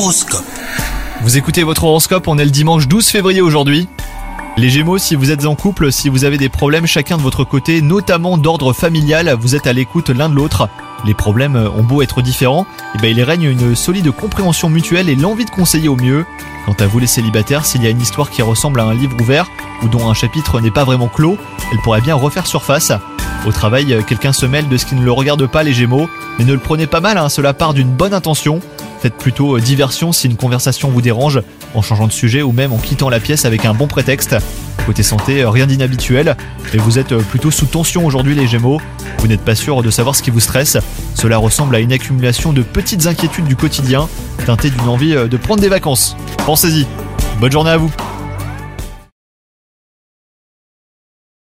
L'horoscope. Vous écoutez votre horoscope, on est le dimanche 12 février aujourd'hui. Les Gémeaux, si vous êtes en couple, si vous avez des problèmes chacun de votre côté, notamment d'ordre familial, vous êtes à l'écoute l'un de l'autre. Les problèmes ont beau être différents, il règne une solide compréhension mutuelle et l'envie de conseiller au mieux. Quant à vous les célibataires, s'il y a une histoire qui ressemble à un livre ouvert ou dont un chapitre n'est pas vraiment clos, elle pourrait bien refaire surface. Au travail, quelqu'un se mêle de ce qui ne le regarde pas les Gémeaux, mais ne le prenez pas mal, cela part d'une bonne intention. Faites plutôt diversion si une conversation vous dérange, en changeant de sujet ou même en quittant la pièce avec un bon prétexte. Côté santé, rien d'inhabituel, mais vous êtes plutôt sous tension aujourd'hui les Gémeaux. Vous n'êtes pas sûr de savoir ce qui vous stresse. Cela ressemble à une accumulation de petites inquiétudes du quotidien, teintées d'une envie de prendre des vacances. Pensez-y. Bonne journée à vous.